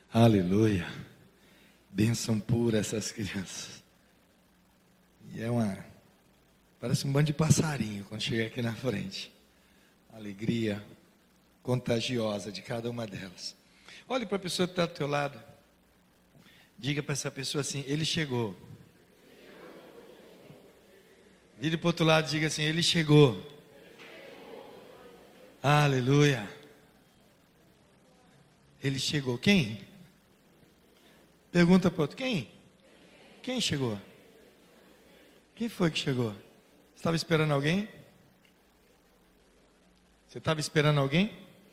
Aleluia. Bênção pura essas crianças. E parece um bando de passarinho quando chega aqui na frente. Alegria contagiosa de cada uma delas. Olhe para a pessoa que está do teu lado. Diga para essa pessoa assim: ele chegou. Vire para o outro lado e diga assim: ele chegou. Aleluia. Ele chegou. Quem? Pergunta para o outro: quem? Quem chegou? Quem foi que chegou? Você estava esperando alguém? Você estava esperando alguém?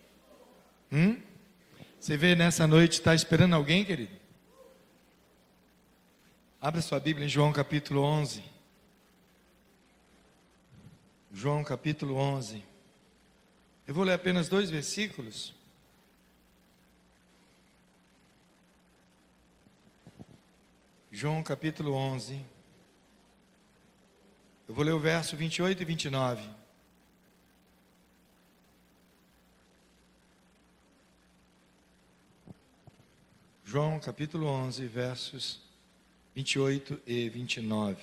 Você vê nessa noite, está esperando alguém, querido? Abra sua Bíblia em João capítulo 11. João capítulo 11. Eu vou ler apenas 2 versículos. João capítulo 11. Eu vou ler o verso 28 e 29. João capítulo 11, versos 28 e 29.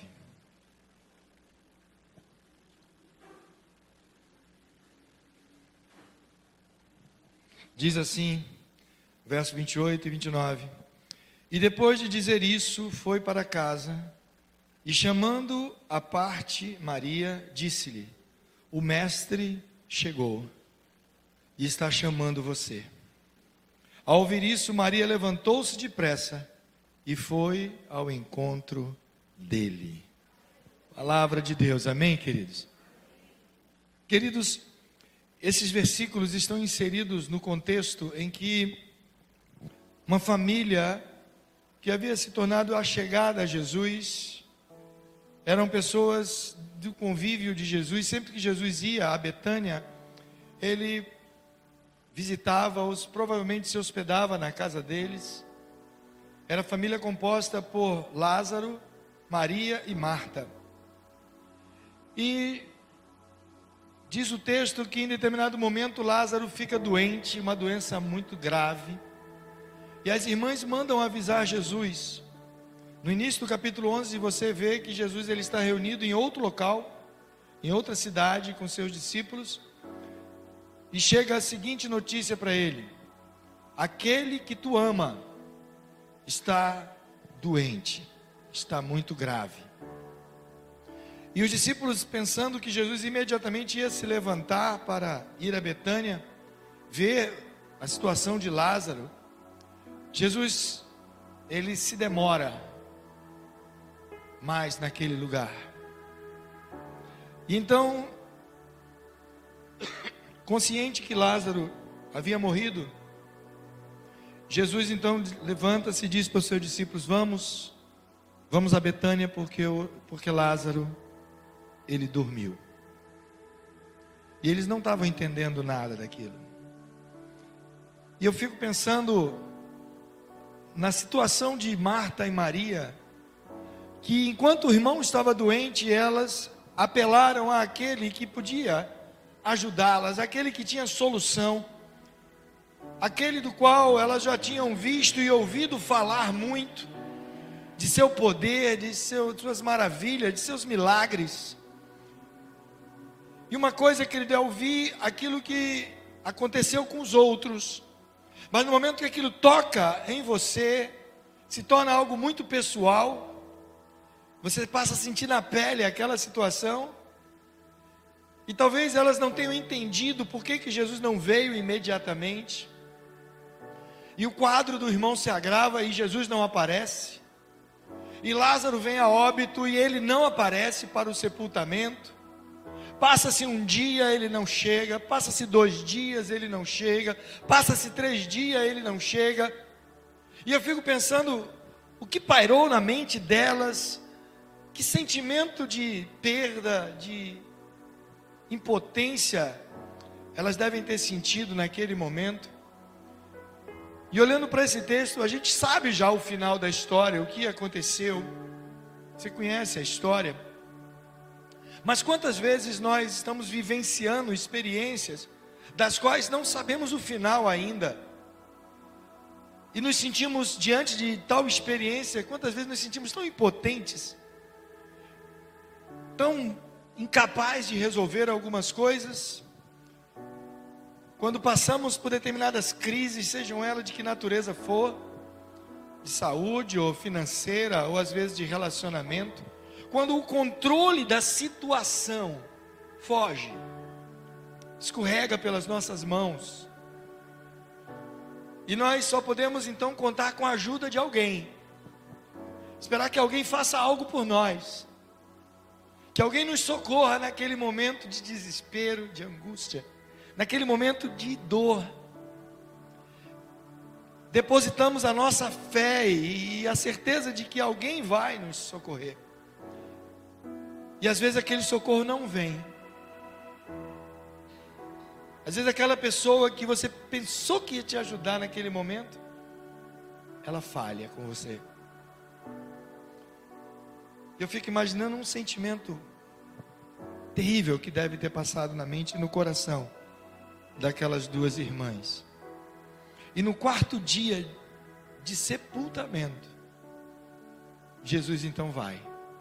Diz assim, verso 28 e 29. E depois de dizer isso, foi para casa, e chamando à parte Maria, disse-lhe: o mestre chegou e está chamando você. Ao ouvir isso, Maria levantou-se depressa e foi ao encontro dele. Palavra de Deus, amém, queridos? Queridos, esses versículos estão inseridos no contexto em que uma família que havia se tornado achegada a Jesus, eram pessoas do convívio de Jesus. Sempre que Jesus ia a Betânia, ele visitava-os, provavelmente se hospedava na casa deles. Era a família composta por Lázaro, Maria e Marta. E diz o texto que em determinado momento Lázaro fica doente, uma doença muito grave. E as irmãs mandam avisar Jesus. No início do capítulo 11 você vê que Jesus ele está reunido em outro local, em outra cidade com seus discípulos. E chega a seguinte notícia para ele: aquele que tu ama está doente, está muito grave. E os discípulos, pensando que Jesus imediatamente ia se levantar para ir a Betânia, ver a situação de Lázaro, Jesus, ele se demora mais naquele lugar. E então, consciente que Lázaro havia morrido, Jesus então levanta-se e diz para os seus discípulos: vamos a Betânia, porque Lázaro, ele dormiu. E eles não estavam entendendo nada daquilo. E eu fico pensando na situação de Marta e Maria, que enquanto o irmão estava doente, elas apelaram àquele que podia ajudá-las, aquele que tinha solução, aquele do qual elas já tinham visto e ouvido falar muito, de seu poder, de suas maravilhas, de seus milagres. E uma coisa que ele deu a ouvir, aquilo que aconteceu com os outros, mas no momento que aquilo toca em você, se torna algo muito pessoal, você passa a sentir na pele aquela situação. E talvez elas não tenham entendido por que Jesus não veio imediatamente. E o quadro do irmão se agrava e Jesus não aparece. E Lázaro vem a óbito e ele não aparece para o sepultamento. Passa-se um dia, ele não chega. Passa-se 2 dias, ele não chega. Passa-se 3 dias, ele não chega. E eu fico pensando, o que pairou na mente delas? Que sentimento de perda, de impotência elas devem ter sentido naquele momento. E olhando para esse texto, a gente sabe já o final da história, o que aconteceu. Você conhece a história. Mas quantas vezes nós estamos vivenciando experiências das quais não sabemos o final ainda. e nos sentimos diante de tal experiência, quantas vezes nos sentimos tão impotentes, tão incapazes de resolver algumas coisas, quando passamos por determinadas crises, sejam elas de que natureza for, de saúde ou financeira, ou às vezes de relacionamento, quando o controle da situação foge, escorrega pelas nossas mãos, e nós só podemos então contar com a ajuda de alguém, esperar que alguém faça algo por nós, que alguém nos socorra naquele momento de desespero, de angústia, naquele momento de dor. Depositamos a nossa fé e a certeza de que alguém vai nos socorrer, e às vezes aquele socorro não vem. Às vezes aquela pessoa que você pensou que ia te ajudar naquele momento, ela falha com você. Eu fico imaginando um sentimento terrível que deve ter passado na mente e no coração daquelas duas irmãs. E no quarto dia de sepultamento, Jesus então vai.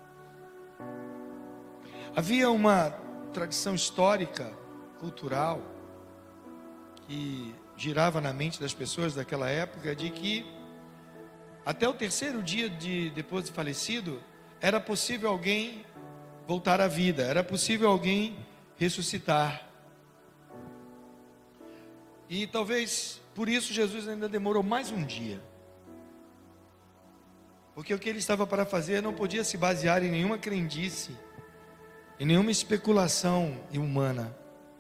Havia uma tradição histórica, cultural, que girava na mente das pessoas daquela época, de que até o terceiro dia depois de falecido, era possível alguém voltar à vida, era possível alguém ressuscitar. E talvez por isso Jesus ainda demorou mais um dia, porque o que ele estava para fazer não podia se basear em nenhuma crendice, em nenhuma especulação humana.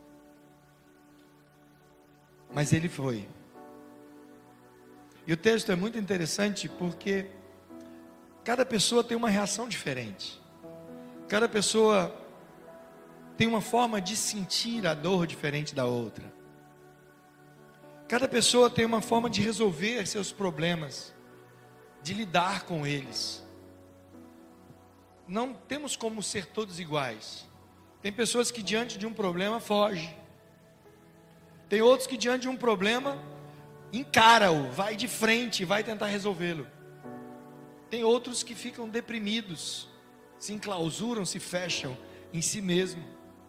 Mas ele foi. E o texto é muito interessante porque cada pessoa tem uma reação diferente. Cada pessoa tem uma forma de sentir a dor diferente da outra. Cada pessoa tem uma forma de resolver seus problemas, de lidar com eles. Não temos como ser todos iguais. Tem pessoas que diante de um problema fogem. Tem outros que diante de um problema encara-o, vai de frente, vai tentar resolvê-lo. Tem outros que ficam deprimidos, se enclausuram, se fecham em si mesmo.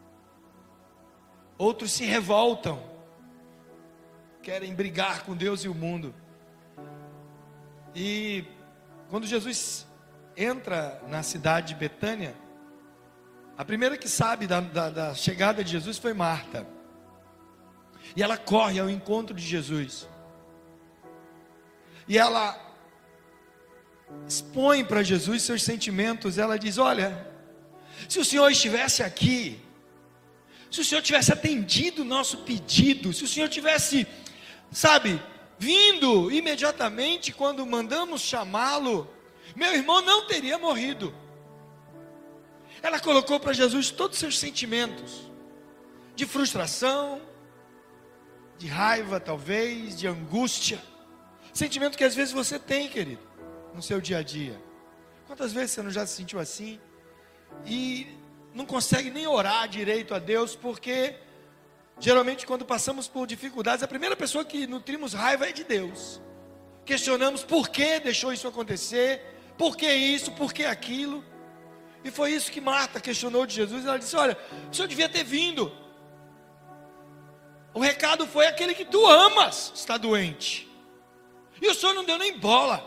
Outros se revoltam, querem brigar com Deus e o mundo. E quando Jesus entra na cidade de Betânia, a primeira que sabe da chegada de Jesus foi Marta. E ela corre ao encontro de Jesus. E ela expõe para Jesus seus sentimentos. Ela diz: olha, se o Senhor estivesse aqui, se o Senhor tivesse atendido o nosso pedido, se o Senhor tivesse, vindo imediatamente quando mandamos chamá-lo, meu irmão não teria morrido. Ela colocou para Jesus todos os seus sentimentos, de frustração, de raiva talvez, de angústia, sentimento que às vezes você tem, querido, no seu dia a dia. Quantas vezes você não já se sentiu assim e não consegue nem orar direito a Deus, porque geralmente quando passamos por dificuldades, a primeira pessoa que nutrimos raiva é de Deus. Questionamos por que deixou isso acontecer, por que isso, por que aquilo. E foi isso que Marta questionou de Jesus. Ela disse: olha, o Senhor devia ter vindo. O recado foi: aquele que tu amas está doente. E o Senhor não deu nem bola.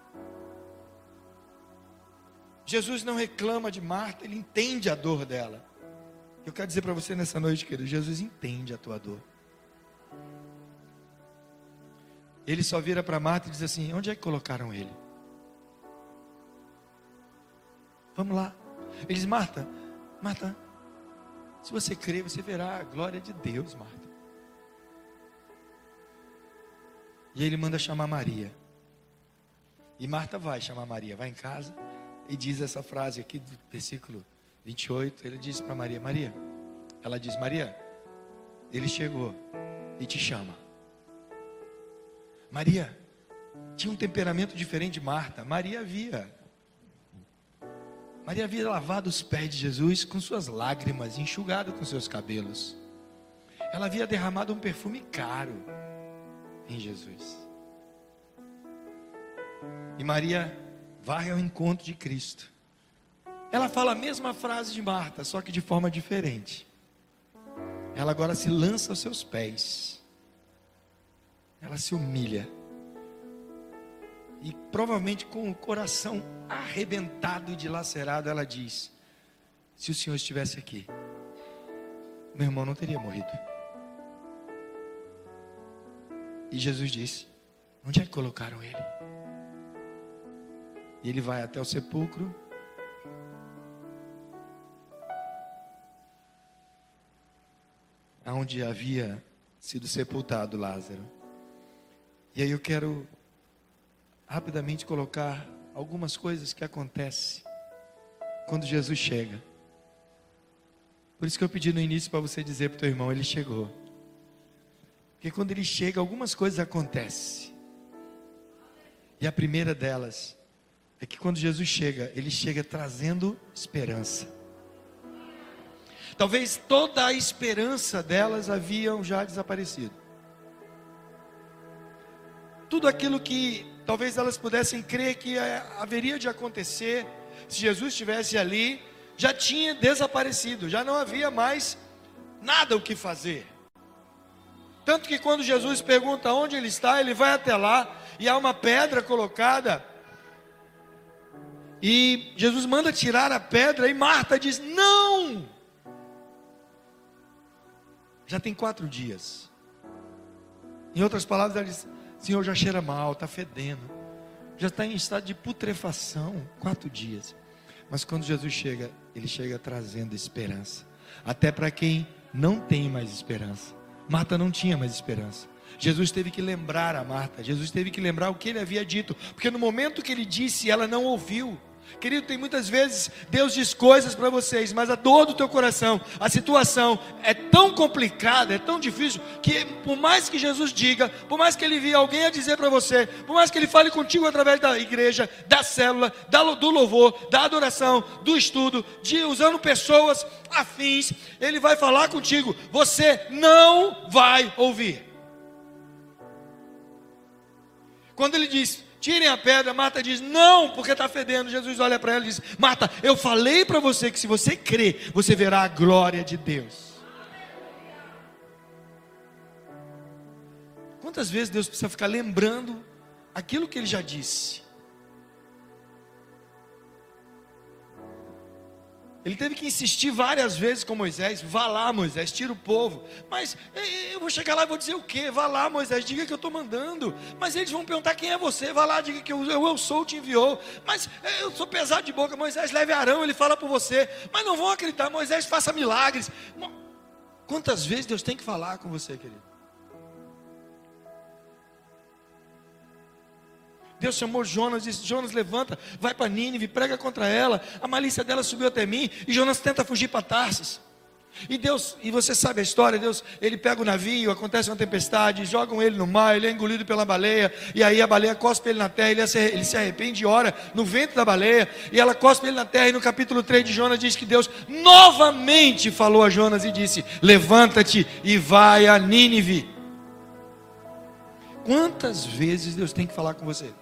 Jesus não reclama de Marta, ele entende a dor dela. Eu quero dizer para você nessa noite, querido, Jesus entende a tua dor. Ele só vira para Marta e diz assim: onde é que colocaram ele? Vamos lá. Ele diz: Marta, se você crer, você verá a glória de Deus, Marta. E ele manda chamar Maria. E Marta vai chamar Maria, vai em casa e diz essa frase aqui do versículo 28. Ele diz para Maria: Maria, ela diz: Maria, ele chegou e te chama. Maria tinha um temperamento diferente de Marta. Maria havia lavado os pés de Jesus com suas lágrimas, enxugado com seus cabelos. Ela havia derramado um perfume caro em Jesus. E Maria vai ao encontro de Cristo. Ela fala a mesma frase de Marta, só que de forma diferente. Ela agora se lança aos seus pés. Ela se humilha. E provavelmente com o coração arrebentado e dilacerado, ela diz: se o Senhor estivesse aqui, meu irmão não teria morrido. E Jesus disse: onde é que colocaram ele? E ele vai até o sepulcro. Onde havia sido sepultado Lázaro. E aí eu quero rapidamente colocar algumas coisas que acontecem quando Jesus chega. Por isso que eu pedi no início para você dizer para o teu irmão: ele chegou. Porque quando ele chega, algumas coisas acontecem. E a primeira delas é que quando Jesus chega, ele chega trazendo esperança. Talvez toda a esperança delas haviam já desaparecido. Tudo aquilo que talvez elas pudessem crer que haveria de acontecer, se Jesus estivesse ali, já tinha desaparecido, já não havia mais nada o que fazer. Tanto que quando Jesus pergunta onde ele está, ele vai até lá, e há uma pedra colocada, e Jesus manda tirar a pedra, e Marta diz: não! Já tem 4 dias. Em outras palavras, ela diz: Senhor, já cheira mal, está fedendo, já está em estado de putrefação. 4 dias. Mas quando Jesus chega, ele chega trazendo esperança, até para quem não tem mais esperança. Marta não tinha mais esperança. Jesus teve que lembrar a Marta, Jesus teve que lembrar o que ele havia dito, porque no momento que ele disse, ela não ouviu. Querido, tem muitas vezes Deus diz coisas para vocês, mas a dor do teu coração, a situação é tão complicada, é tão difícil, que por mais que Jesus diga, por mais que ele envie alguém a dizer para você, por mais que ele fale contigo através da igreja, da célula, do louvor, da adoração, do estudo, usando pessoas afins, ele vai falar contigo, você não vai ouvir. Quando ele diz: tirem a pedra, Marta diz: não, porque está fedendo. Jesus olha para ela e diz: Marta, eu falei para você que se você crer, você verá a glória de Deus. Quantas vezes Deus precisa ficar lembrando aquilo que Ele já disse? Ele teve que insistir várias vezes com Moisés: vá lá, Moisés, tira o povo. Mas eu vou chegar lá e vou dizer o quê? Vá lá, Moisés, diga que eu estou mandando. Mas eles vão perguntar: quem é você? Vá lá, diga que eu sou, te enviou. Mas eu sou pesado de boca. Moisés, leve Arão, ele fala por você. Mas não vão acreditar. Moisés, faça milagres. Quantas vezes Deus tem que falar com você, querido? Deus chamou Jonas e disse: Jonas, levanta, vai para Nínive, prega contra ela. A malícia dela subiu até mim. E Jonas tenta fugir para Tarsis. E Deus, e você sabe a história, Deus, ele pega o navio, acontece uma tempestade, jogam ele no mar, ele é engolido pela baleia, e aí a baleia cospe ele na terra, ele se arrepende e ora no ventre da baleia, e ela cospe ele na terra, e no capítulo 3 de Jonas diz que Deus novamente falou a Jonas e disse: levanta-te e vai a Nínive. Quantas vezes Deus tem que falar com você?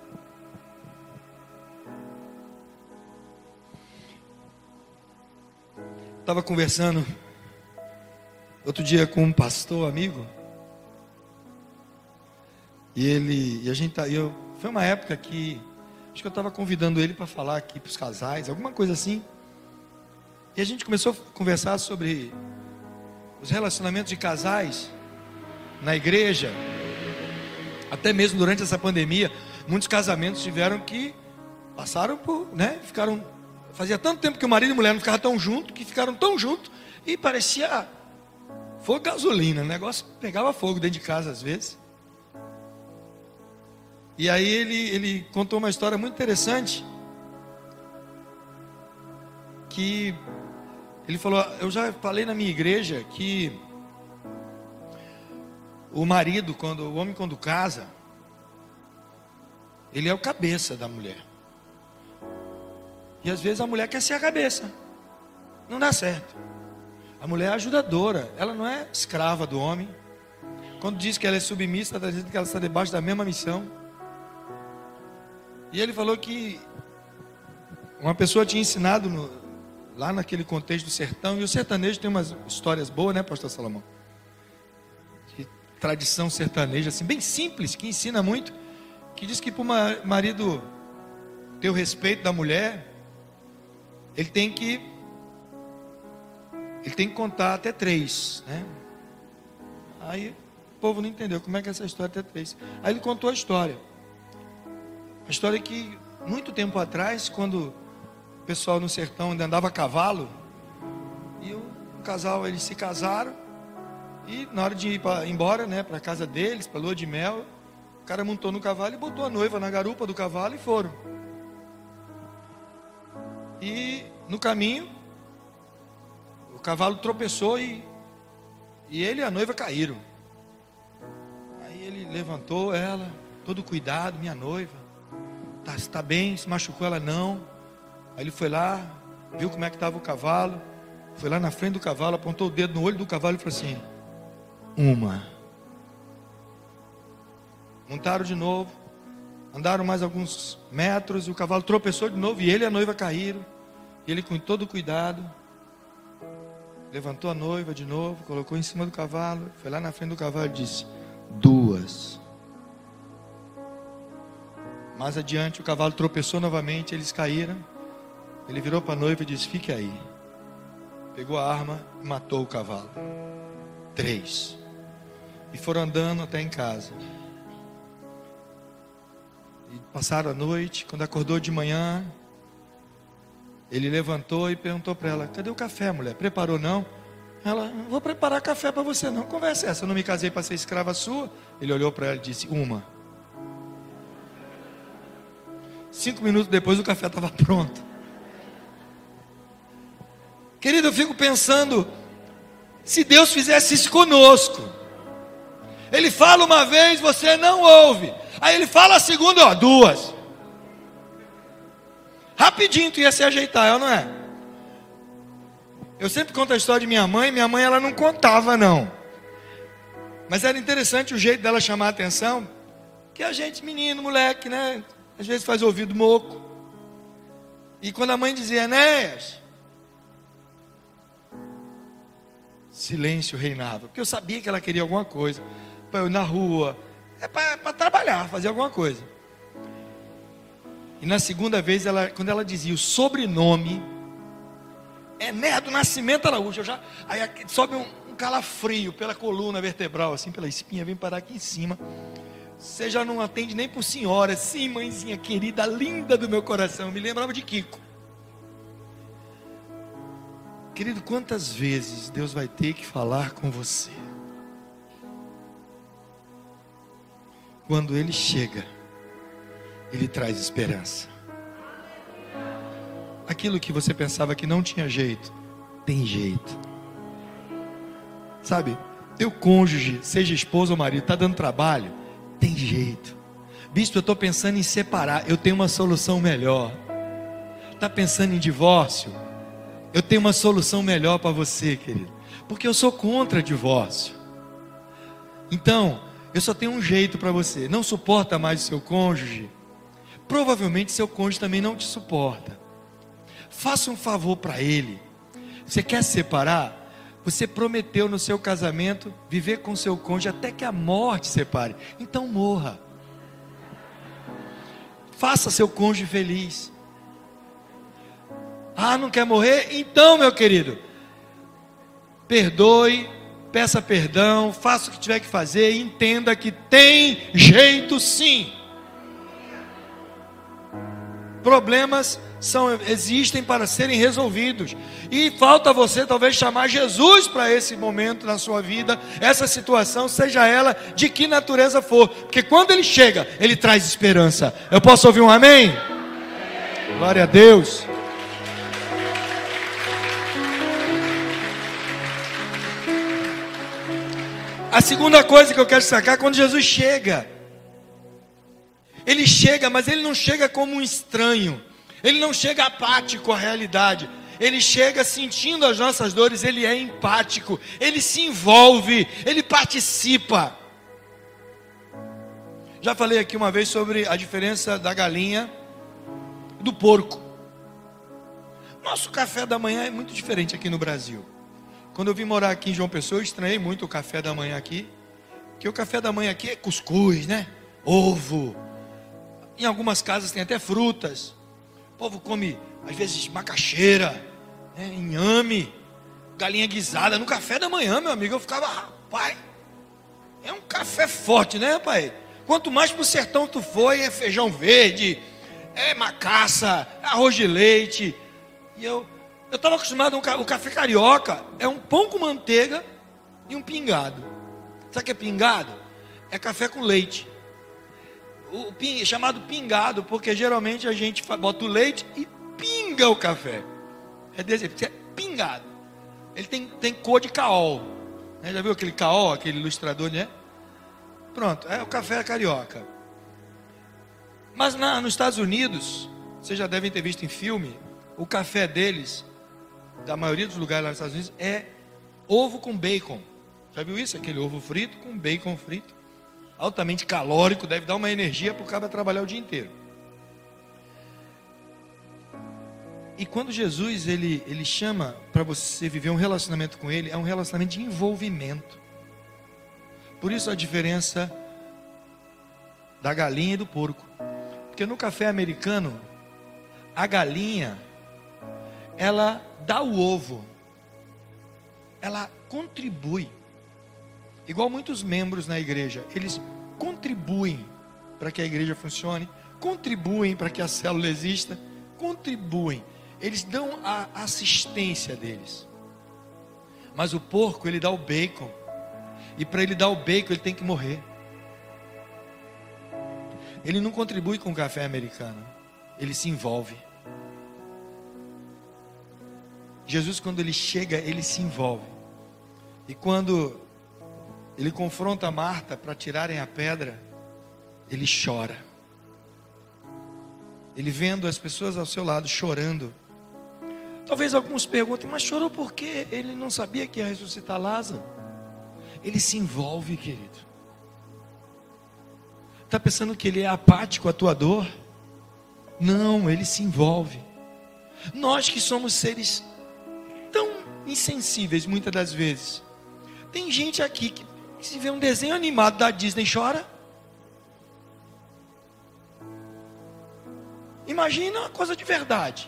Estava conversando outro dia com um pastor amigo, foi uma época que acho que eu estava convidando ele para falar aqui para os casais, alguma coisa assim. E a gente começou a conversar sobre os relacionamentos de casais na igreja. Até mesmo durante essa pandemia, muitos casamentos passaram por, fazia tanto tempo que o marido e a mulher não ficavam tão juntos, que ficaram tão juntos, e parecia fogo gasolina, o negócio pegava fogo dentro de casa às vezes. E aí ele contou uma história muito interessante, que ele falou: eu já falei na minha igreja que o marido, o homem quando casa, ele é o cabeça da mulher. E às vezes a mulher quer ser a cabeça. Não dá certo. A mulher é ajudadora, ela não é escrava do homem. Quando diz que ela é submissa, está dizendo que ela está debaixo da mesma missão. E ele falou que uma pessoa tinha ensinado lá naquele contexto do sertão, e o sertanejo tem umas histórias boas, né, pastor Salomão? De tradição sertaneja, assim, bem simples, que ensina muito, que diz que para o marido ter o respeito da mulher, ele tem que contar até 3, né? Aí o povo não entendeu como é que é essa história até 3. Aí ele contou a história. A história que muito tempo atrás, quando o pessoal no sertão ainda andava a cavalo, e o casal, eles se casaram, e na hora de ir embora, né, para a casa deles, para a lua de mel, o cara montou no cavalo e botou a noiva na garupa do cavalo e foram. E no caminho, o cavalo tropeçou e ele e a noiva caíram. Aí ele levantou ela, todo cuidado, minha noiva, está bem, se machucou? Ela não. Aí ele foi lá, viu como é que estava o cavalo, foi lá na frente do cavalo, apontou o dedo no olho do cavalo e falou assim: uma. Montaram de novo, andaram mais alguns metros, e o cavalo tropeçou de novo, e ele e a noiva caíram. E ele, com todo cuidado, levantou a noiva de novo, colocou em cima do cavalo, foi lá na frente do cavalo e disse: 2. Mais adiante o cavalo tropeçou novamente, eles caíram. Ele virou para a noiva e disse: fique aí. Pegou a arma e matou o cavalo. 3. E foram andando até em casa. E passaram a noite. Quando acordou de manhã, ele levantou e perguntou para ela: cadê o café, mulher? Preparou não? Ela: não vou preparar café para você não. Conversa essa, eu não me casei para ser escrava sua. Ele olhou para ela e disse: uma. 5 minutos depois o café estava pronto. Querido, eu fico pensando, se Deus fizesse isso conosco. Ele fala uma vez, você não ouve. Aí ele fala a segunda, 2. Rapidinho tu ia se ajeitar, é ou não é? Eu sempre conto a história de minha mãe ela não contava não. Mas era interessante o jeito dela chamar a atenção, que a gente, menino, moleque, né, às vezes faz ouvido moco. E quando a mãe dizia: Enéas, silêncio reinava, porque eu sabia que ela queria alguma coisa, para eu ir na rua, para trabalhar, fazer alguma coisa. E na segunda vez, quando ela dizia o sobrenome, Enéas do Nascimento Araújo, aí sobe um calafrio pela coluna vertebral, assim, pela espinha, vem parar aqui em cima. Você já não atende nem por senhora. Sim, mãezinha querida, linda do meu coração. Me lembrava de Kiko. Querido, quantas vezes Deus vai ter que falar com você? Quando Ele chega, Ele traz esperança. Aquilo que você pensava que não tinha jeito, tem jeito. Sabe, teu cônjuge, seja esposa ou marido, está dando trabalho, tem jeito. Bispo, eu estou pensando em separar, eu tenho uma solução melhor. Está pensando em divórcio? Eu tenho uma solução melhor para você, querido. Porque eu sou contra divórcio. Então, eu só tenho um jeito para você. Não suporta mais o seu cônjuge? Provavelmente seu cônjuge também não te suporta. Faça um favor para ele. Você quer se separar? Você prometeu no seu casamento viver com seu cônjuge até que a morte separe. Então morra. Faça seu cônjuge feliz. Ah, não quer morrer? Então, meu querido, perdoe, peça perdão, faça o que tiver que fazer e entenda que tem jeito sim. Problemas existem para serem resolvidos, e falta você talvez chamar Jesus para esse momento na sua vida, essa situação, seja ela de que natureza for, porque quando Ele chega, Ele traz esperança. Eu posso ouvir um amém? Glória a Deus. A segunda coisa que eu quero destacar, quando Jesus chega, Ele chega, mas Ele não chega como um estranho. Ele não chega apático à realidade. Ele chega sentindo as nossas dores. Ele é empático. Ele se envolve. Ele participa. Já falei aqui uma vez sobre a diferença da galinha do porco. Nosso café da manhã é muito diferente aqui no Brasil. Quando eu vim morar aqui em João Pessoa, eu estranhei muito o café da manhã aqui. Porque o café da manhã aqui é cuscuz, né? Ovo. Em algumas casas tem até frutas. O povo come, às vezes, macaxeira, né? Inhame, galinha guisada. No café da manhã, meu amigo, eu ficava, rapaz, é um café forte, né, pai? Quanto mais pro sertão tu for, é feijão verde, é macaça, arroz de leite. E eu estava acostumado, o café carioca é um pão com manteiga e um pingado. Sabe o que é pingado? É café com leite. É chamado pingado, porque geralmente a gente bota o leite e pinga o café. É desse jeito, é pingado. Ele tem cor de caol. Já viu aquele caol, aquele ilustrador, né? Pronto, é o café carioca. Mas nos Estados Unidos, vocês já devem ter visto em filme, o café deles, da maioria dos lugares lá nos Estados Unidos, é ovo com bacon. Já viu isso? Aquele ovo frito com bacon frito. Altamente calórico, deve dar uma energia para o cara trabalhar o dia inteiro. E quando Jesus ele chama para você viver um relacionamento com Ele, é um relacionamento de envolvimento. Por isso a diferença da galinha e do porco. Porque no café americano, a galinha, ela dá o ovo, ela contribui. Igual muitos membros na igreja, eles contribuem para que a igreja funcione, contribuem para que a célula exista, contribuem. Eles dão a assistência deles. Mas o porco, ele dá o bacon. E para ele dar o bacon, ele tem que morrer. Ele não contribui com o café americano. Ele se envolve. Jesus, quando ele chega, ele se envolve. E quando ele confronta Marta para tirarem a pedra, ele chora. Ele vendo as pessoas ao seu lado chorando. Talvez alguns perguntem, mas chorou por quê? Ele não sabia que ia ressuscitar Lázaro. Ele se envolve, querido. Está pensando que ele é apático à tua dor? Não, ele se envolve. Nós que somos seres tão insensíveis muitas das vezes. Tem gente aqui que se vê um desenho animado da Disney chora. Imagina uma coisa de verdade.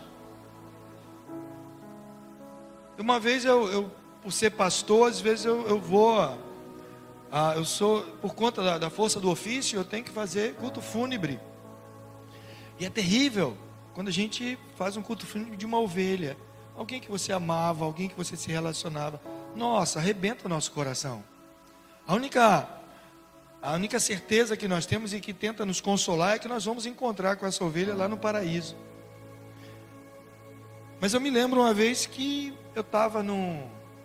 Uma vez eu por ser pastor, às vezes eu vou, eu sou, por conta da força do ofício, eu tenho que fazer culto fúnebre. E é terrível quando a gente faz um culto fúnebre de uma ovelha. Alguém que você amava, alguém que você se relacionava. Nossa, arrebenta o nosso coração. A única certeza que nós temos e que tenta nos consolar é que nós vamos encontrar com essa ovelha lá no paraíso. Mas eu me lembro uma vez que eu estava no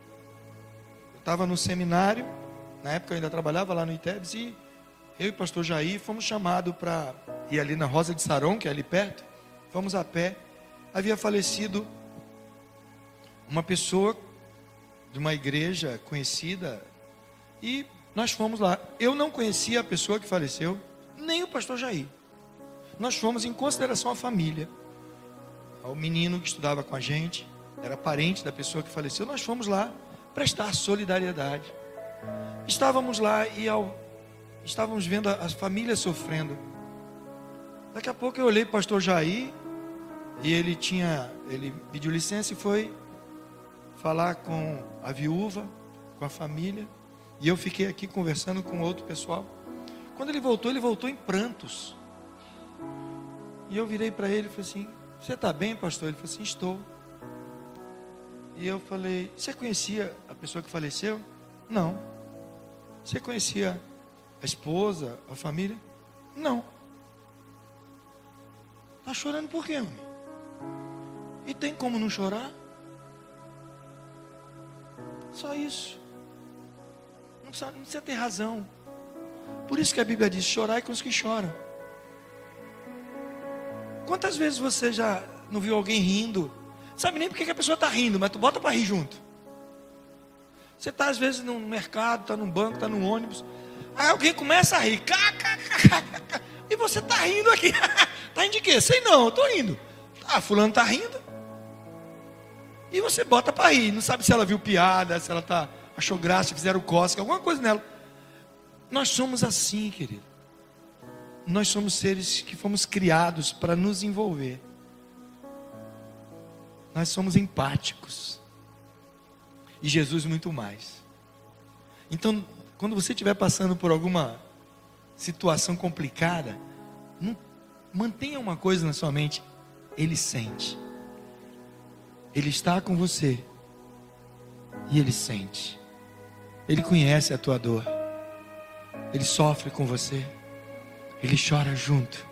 seminário, na época eu ainda trabalhava lá no ITEBS, e eu e o pastor Jair fomos chamados para ir ali na Rosa de Saron, que é ali perto. Fomos a pé. Havia falecido uma pessoa de uma igreja conhecida, e nós fomos lá. Eu não conhecia a pessoa que faleceu, nem o pastor Jair. Nós fomos em consideração à família. O menino que estudava com a gente, era parente da pessoa que faleceu. Nós fomos lá prestar solidariedade. Estávamos lá e estávamos vendo as famílias sofrendo. Daqui a pouco eu olhei para o pastor Jair, e ele pediu licença e foi falar com a viúva, com a família. E eu fiquei aqui conversando com outro pessoal. Quando ele voltou em prantos. E eu virei para ele e falei assim: você está bem, pastor? Ele falou assim: estou. E eu falei: você conhecia a pessoa que faleceu? Não. Você conhecia a esposa, a família? Não. Está chorando por quê, homem? E tem como não chorar? Só isso. Não precisa ter razão. Por isso que a Bíblia diz: chorai com os que choram. Quantas vezes você já não viu alguém rindo? Sabe nem porque que a pessoa está rindo, mas tu bota para rir junto. Você está às vezes no mercado, está no banco, está no ônibus. Aí alguém começa a rir. E você está rindo aqui. Está rindo de quê? Sei não, eu estou rindo. Ah, fulano está rindo. E você bota para rir. Não sabe se ela viu piada, se ela achou graça, fizeram cócega, alguma coisa nela. Nós somos assim, querido. Nós somos seres que fomos criados para nos envolver. Nós somos empáticos. E Jesus muito mais. Então, quando você estiver passando por alguma situação complicada, mantenha uma coisa na sua mente: Ele sente. Ele está com você. E Ele sente. Ele conhece a tua dor. Ele sofre com você. Ele chora junto.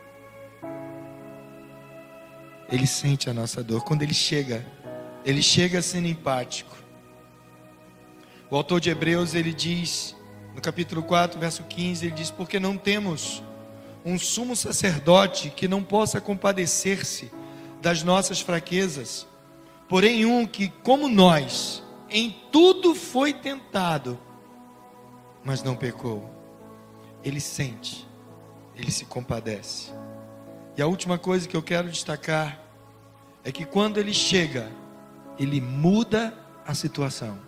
Ele sente a nossa dor. Quando Ele chega sendo empático. O autor de Hebreus, ele diz, no capítulo 4, verso 15, ele diz: porque não temos um sumo sacerdote que não possa compadecer-se das nossas fraquezas, porém um que, como nós, em tudo foi tentado, mas não pecou. Ele sente, Ele se compadece. E a última coisa que eu quero destacar é que quando Ele chega, Ele muda a situação.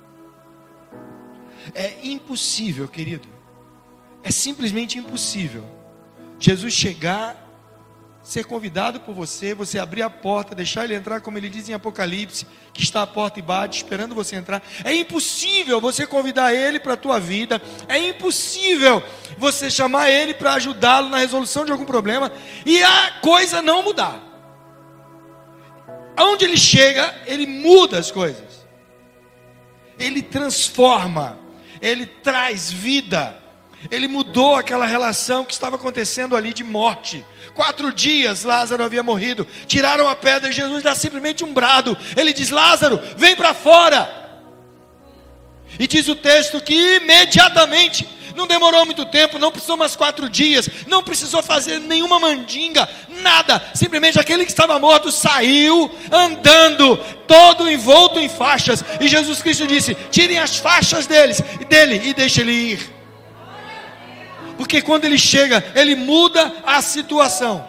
É impossível, querido, é simplesmente impossível Jesus chegar, ser convidado por você, você abrir a porta, deixar Ele entrar, como Ele diz em Apocalipse, que está à porta e bate, esperando você entrar. É impossível você convidar Ele para a tua vida, é impossível você chamar Ele para ajudá-lo na resolução de algum problema, e a coisa não mudar. Aonde Ele chega, Ele muda as coisas, Ele transforma, Ele traz vida. Ele mudou aquela relação que estava acontecendo ali de morte. 4 dias Lázaro havia morrido. Tiraram a pedra e Jesus dá simplesmente um brado. Ele diz: Lázaro, vem para fora. E diz o texto que imediatamente, não demorou muito tempo, não precisou mais 4 dias, não precisou fazer nenhuma mandinga, nada. Simplesmente aquele que estava morto saiu andando, todo envolto em faixas. E Jesus Cristo disse: tirem as faixas dele e deixem ele ir. Porque quando Ele chega, Ele muda a situação.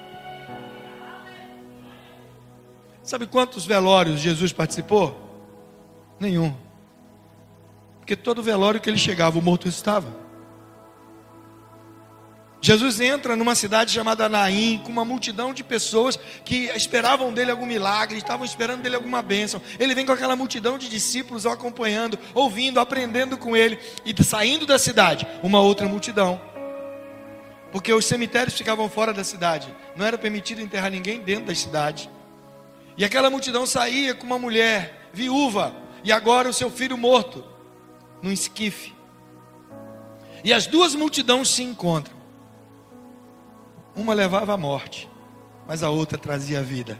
Sabe quantos velórios Jesus participou? Nenhum. Porque todo velório que Ele chegava, o morto estava. Jesus entra numa cidade chamada Naim, com uma multidão de pessoas que esperavam dele algum milagre, estavam esperando dele alguma bênção. Ele vem com aquela multidão de discípulos o acompanhando, ouvindo, aprendendo com ele. E saindo da cidade, uma outra multidão. Porque os cemitérios ficavam fora da cidade, não era permitido enterrar ninguém dentro da cidade. E aquela multidão saía com uma mulher viúva, e agora o seu filho morto, num esquife. E as duas multidões se encontram. Uma levava a morte, mas a outra trazia a vida.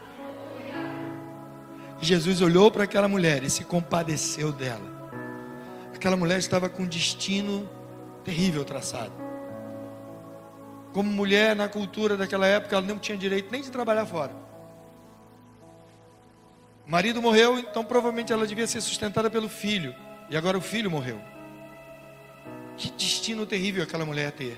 E Jesus olhou para aquela mulher e se compadeceu dela. Aquela mulher estava com um destino terrível traçado. Como mulher, na cultura daquela época, ela não tinha direito nem de trabalhar fora. O marido morreu, então provavelmente ela devia ser sustentada pelo filho. E agora o filho morreu. Que destino terrível aquela mulher ter.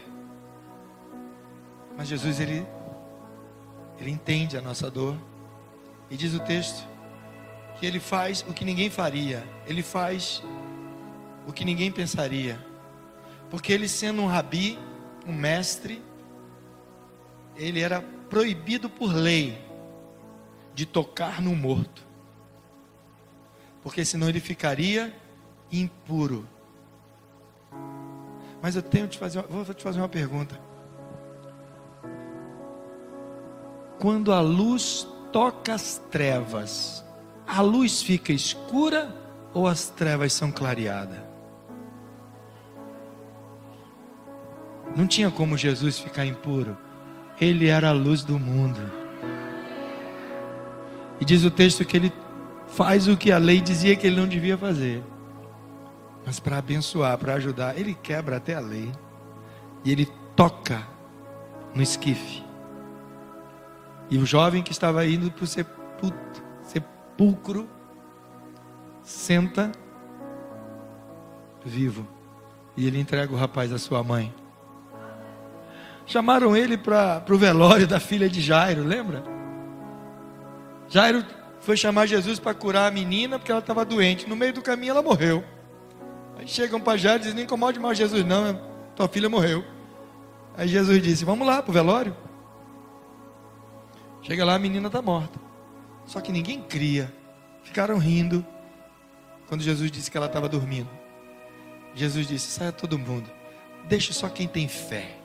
Mas Jesus, Ele entende a nossa dor. E diz o texto que Ele faz o que ninguém faria. Ele faz o que ninguém pensaria. Porque Ele, sendo um rabi, um mestre, Ele era proibido por lei de tocar no morto. Porque senão Ele ficaria impuro. Mas eu vou te fazer uma pergunta. Quando a luz toca as trevas, a luz fica escura ou as trevas são clareadas? Não tinha como Jesus ficar impuro. Ele era a luz do mundo. E diz o texto que Ele faz o que a lei dizia que Ele não devia fazer. Mas para abençoar, para ajudar, Ele quebra até a lei. E Ele toca no esquife. E o jovem que estava indo para o sepulcro senta vivo. E ele entrega o rapaz à sua mãe. Chamaram ele para o velório da filha de Jairo, lembra? Jairo foi chamar Jesus para curar a menina, porque ela estava doente. No meio do caminho ela morreu. Aí chegam para Jairo e dizem: não incomode mais Jesus não, tua filha morreu. Aí Jesus disse: vamos lá para o velório. Chega lá, a menina está morta. Só que ninguém cria. Ficaram rindo quando Jesus disse que ela estava dormindo. Jesus disse: saia todo mundo, deixa só quem tem fé.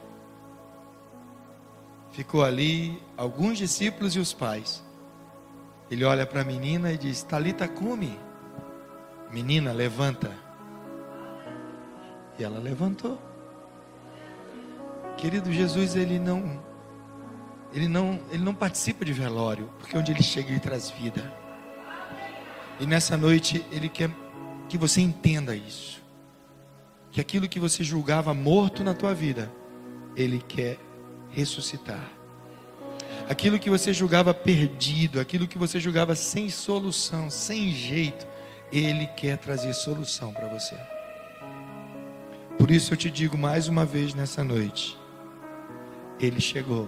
Ficou ali alguns discípulos e os pais. Ele olha para a menina e diz: Talita cumi, menina, levanta. E ela levantou. Querido, Jesus, ele não participa de velório, porque onde ele chega ele traz vida. E nessa noite ele quer que você entenda isso, que aquilo que você julgava morto na tua vida, ele quer ressuscitar. Aquilo que você julgava perdido, aquilo que você julgava sem solução, sem jeito, ele quer trazer solução para você. Por isso eu te digo mais uma vez nessa noite: ele chegou.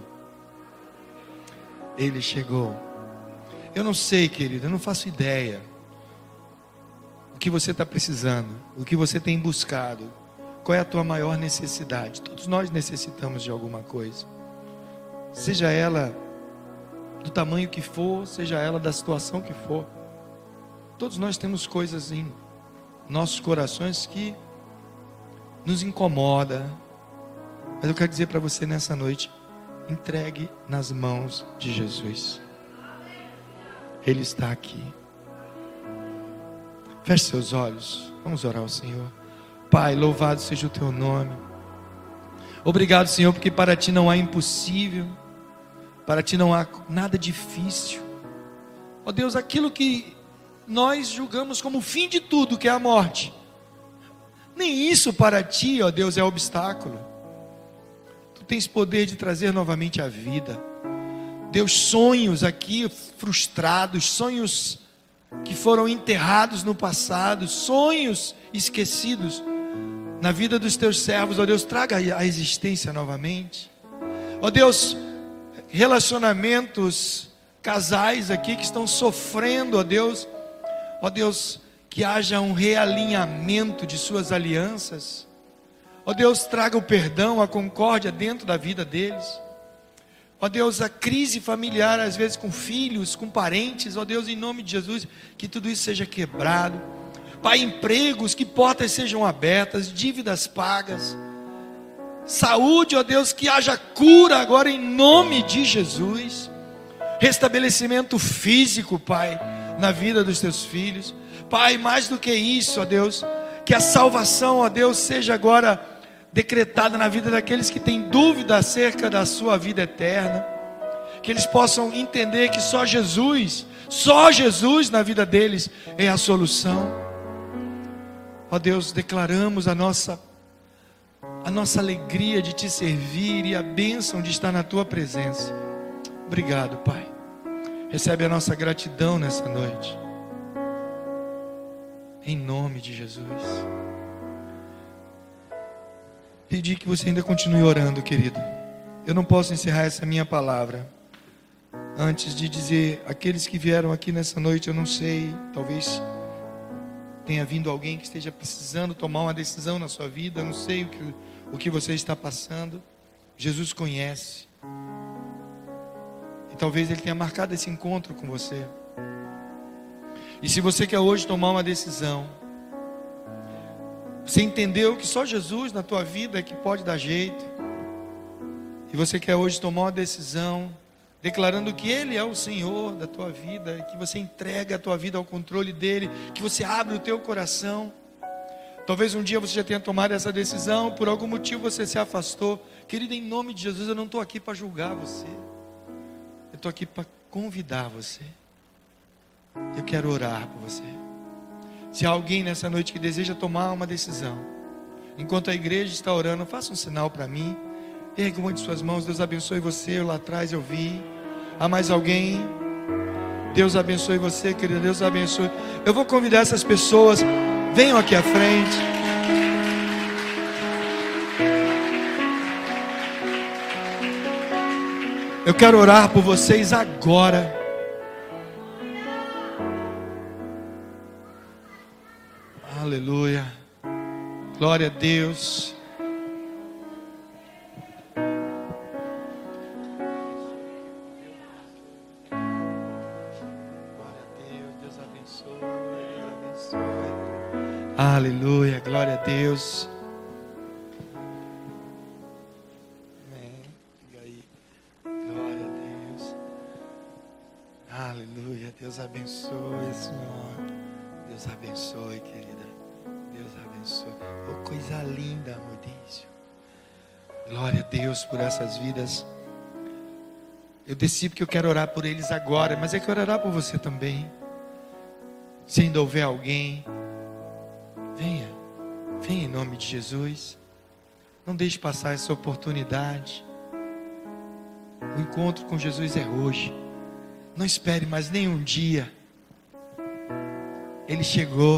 Ele chegou. Eu não sei, querido, eu não faço ideia o que você está precisando, o que você tem buscado, qual é a tua maior necessidade. Todos nós necessitamos de alguma coisa, seja ela do tamanho que for, seja ela da situação que for. Todos nós temos coisas em nossos corações que nos incomoda. Mas eu quero dizer para você nessa noite: entregue nas mãos de Jesus. Ele está aqui. Feche seus olhos, vamos orar ao Senhor. Pai, louvado seja o teu nome. Obrigado, Senhor, porque para ti não há impossível, para ti não há nada difícil. Ó Deus, aquilo que nós julgamos como o fim de tudo, que é a morte, nem isso para ti, ó Deus, é obstáculo. Tu tens poder de trazer novamente a vida. Deus, sonhos aqui frustrados, sonhos que foram enterrados no passado, sonhos esquecidos na vida dos teus servos, ó Deus, traga a existência novamente. Ó Deus, relacionamentos, casais aqui que estão sofrendo, ó Deus, que haja um realinhamento de suas alianças. Ó Deus, traga o perdão, a concórdia dentro da vida deles. Ó Deus, a crise familiar, às vezes com filhos, com parentes, ó Deus, em nome de Jesus, que tudo isso seja quebrado. Pai, empregos, que portas sejam abertas, dívidas pagas. Saúde, ó Deus, que haja cura agora em nome de Jesus. Restabelecimento físico, Pai, na vida dos teus filhos. Pai, mais do que isso, ó Deus, que a salvação, ó Deus, seja agora decretada na vida daqueles que têm dúvida acerca da sua vida eterna. Que eles possam entender que só Jesus na vida deles é a solução. Ó Deus, declaramos a nossa alegria de te servir e a bênção de estar na tua presença. Obrigado, Pai. Recebe a nossa gratidão nessa noite, em nome de Jesus. Pedir que você ainda continue orando, querido. Eu não posso encerrar essa minha palavra antes de dizer: aqueles que vieram aqui nessa noite, eu não sei, talvez tenha vindo alguém que esteja precisando tomar uma decisão na sua vida. Eu não sei o que você está passando. Jesus conhece, e talvez Ele tenha marcado esse encontro com você. E se você quer hoje tomar uma decisão, você entendeu que só Jesus na tua vida é que pode dar jeito, e você quer hoje tomar uma decisão declarando que Ele é o Senhor da tua vida, que você entrega a tua vida ao controle dEle, que você abre o teu coração. Talvez um dia você já tenha tomado essa decisão, por algum motivo você se afastou. Querido, em nome de Jesus, eu não estou aqui para julgar você, eu estou aqui para convidar você. Eu quero orar por você. Se há alguém nessa noite que deseja tomar uma decisão, enquanto a igreja está orando, faça um sinal para mim. Ergue uma de suas mãos. Deus abençoe você. Eu lá atrás eu vi. Há mais alguém? Deus abençoe você, querido. Deus abençoe. Eu vou convidar essas pessoas, venham aqui à frente. Eu quero orar por vocês agora. Glória a Deus. Deus abençoe, Deus abençoe. Aleluia, glória a Deus. Amém. Diga aí. Glória a Deus. Aleluia, Deus abençoe, Senhor. Deus abençoe, querida. Deus abençoe. Oh, coisa linda, Maurício. Glória a Deus por essas vidas. Eu desci porque eu quero orar por eles agora, mas eu quero orar por você também. Se ainda houver alguém, venha em nome de Jesus. Não deixe passar essa oportunidade. O encontro com Jesus é hoje. Não espere mais nenhum dia. Ele chegou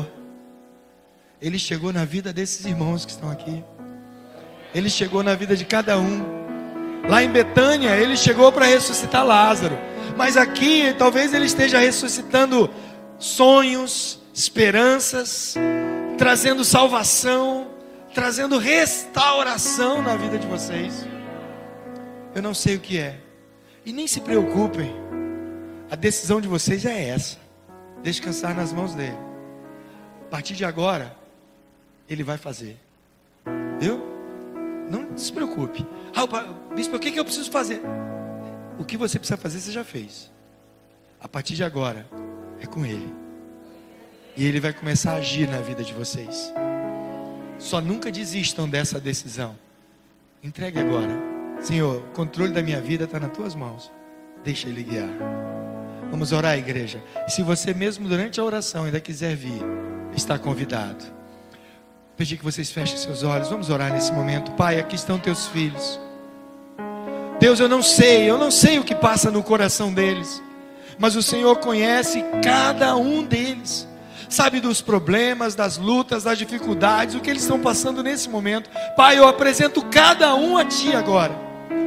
na vida desses irmãos que estão aqui. Ele chegou na vida de cada um. Lá em Betânia, ele chegou para ressuscitar Lázaro. Mas aqui, talvez ele esteja ressuscitando sonhos, esperanças, trazendo salvação, trazendo restauração na vida de vocês. Eu não sei o que é. E nem se preocupem. A decisão de vocês é essa. Descansar nas mãos dele. A partir de agora, ele vai fazer. Viu? Não se preocupe. Bispo, o que eu preciso fazer? O que você precisa fazer, você já fez. A partir de agora, é com ele. E ele vai começar a agir na vida de vocês. Só nunca desistam dessa decisão. Entregue agora. Senhor, o controle da minha vida está nas tuas mãos. Deixa ele guiar. Vamos orar, igreja. Se você mesmo durante a oração ainda quiser vir, está convidado. Pedir que vocês fechem seus olhos. Vamos orar nesse momento. Pai, aqui estão teus filhos. Deus, eu não sei o que passa no coração deles, mas o Senhor conhece cada um deles. Sabe dos problemas, das lutas, das dificuldades, o que eles estão passando nesse momento. Pai, eu apresento cada um a Ti agora.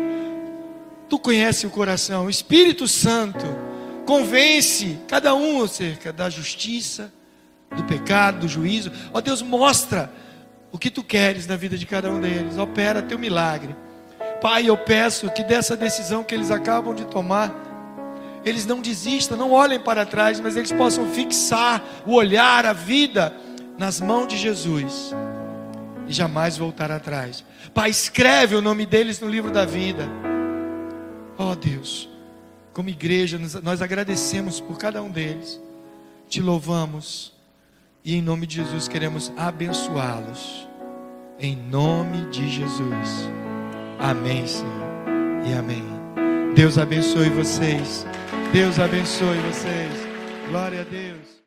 Tu conhece o coração. O Espírito Santo convence cada um acerca da justiça, do pecado, do juízo. Ó Deus, mostra o que Tu queres na vida de cada um deles. Opera Teu milagre. Pai, eu peço que dessa decisão que eles acabam de tomar, eles não desistam, não olhem para trás, mas eles possam fixar o olhar, a vida nas mãos de Jesus e jamais voltar atrás. Pai, escreve o nome deles no livro da vida. Ó Deus, como igreja nós agradecemos por cada um deles, Te louvamos e em nome de Jesus queremos abençoá-los, em nome de Jesus. Amém, Senhor, e amém. Deus abençoe vocês. Deus abençoe vocês. Glória a Deus.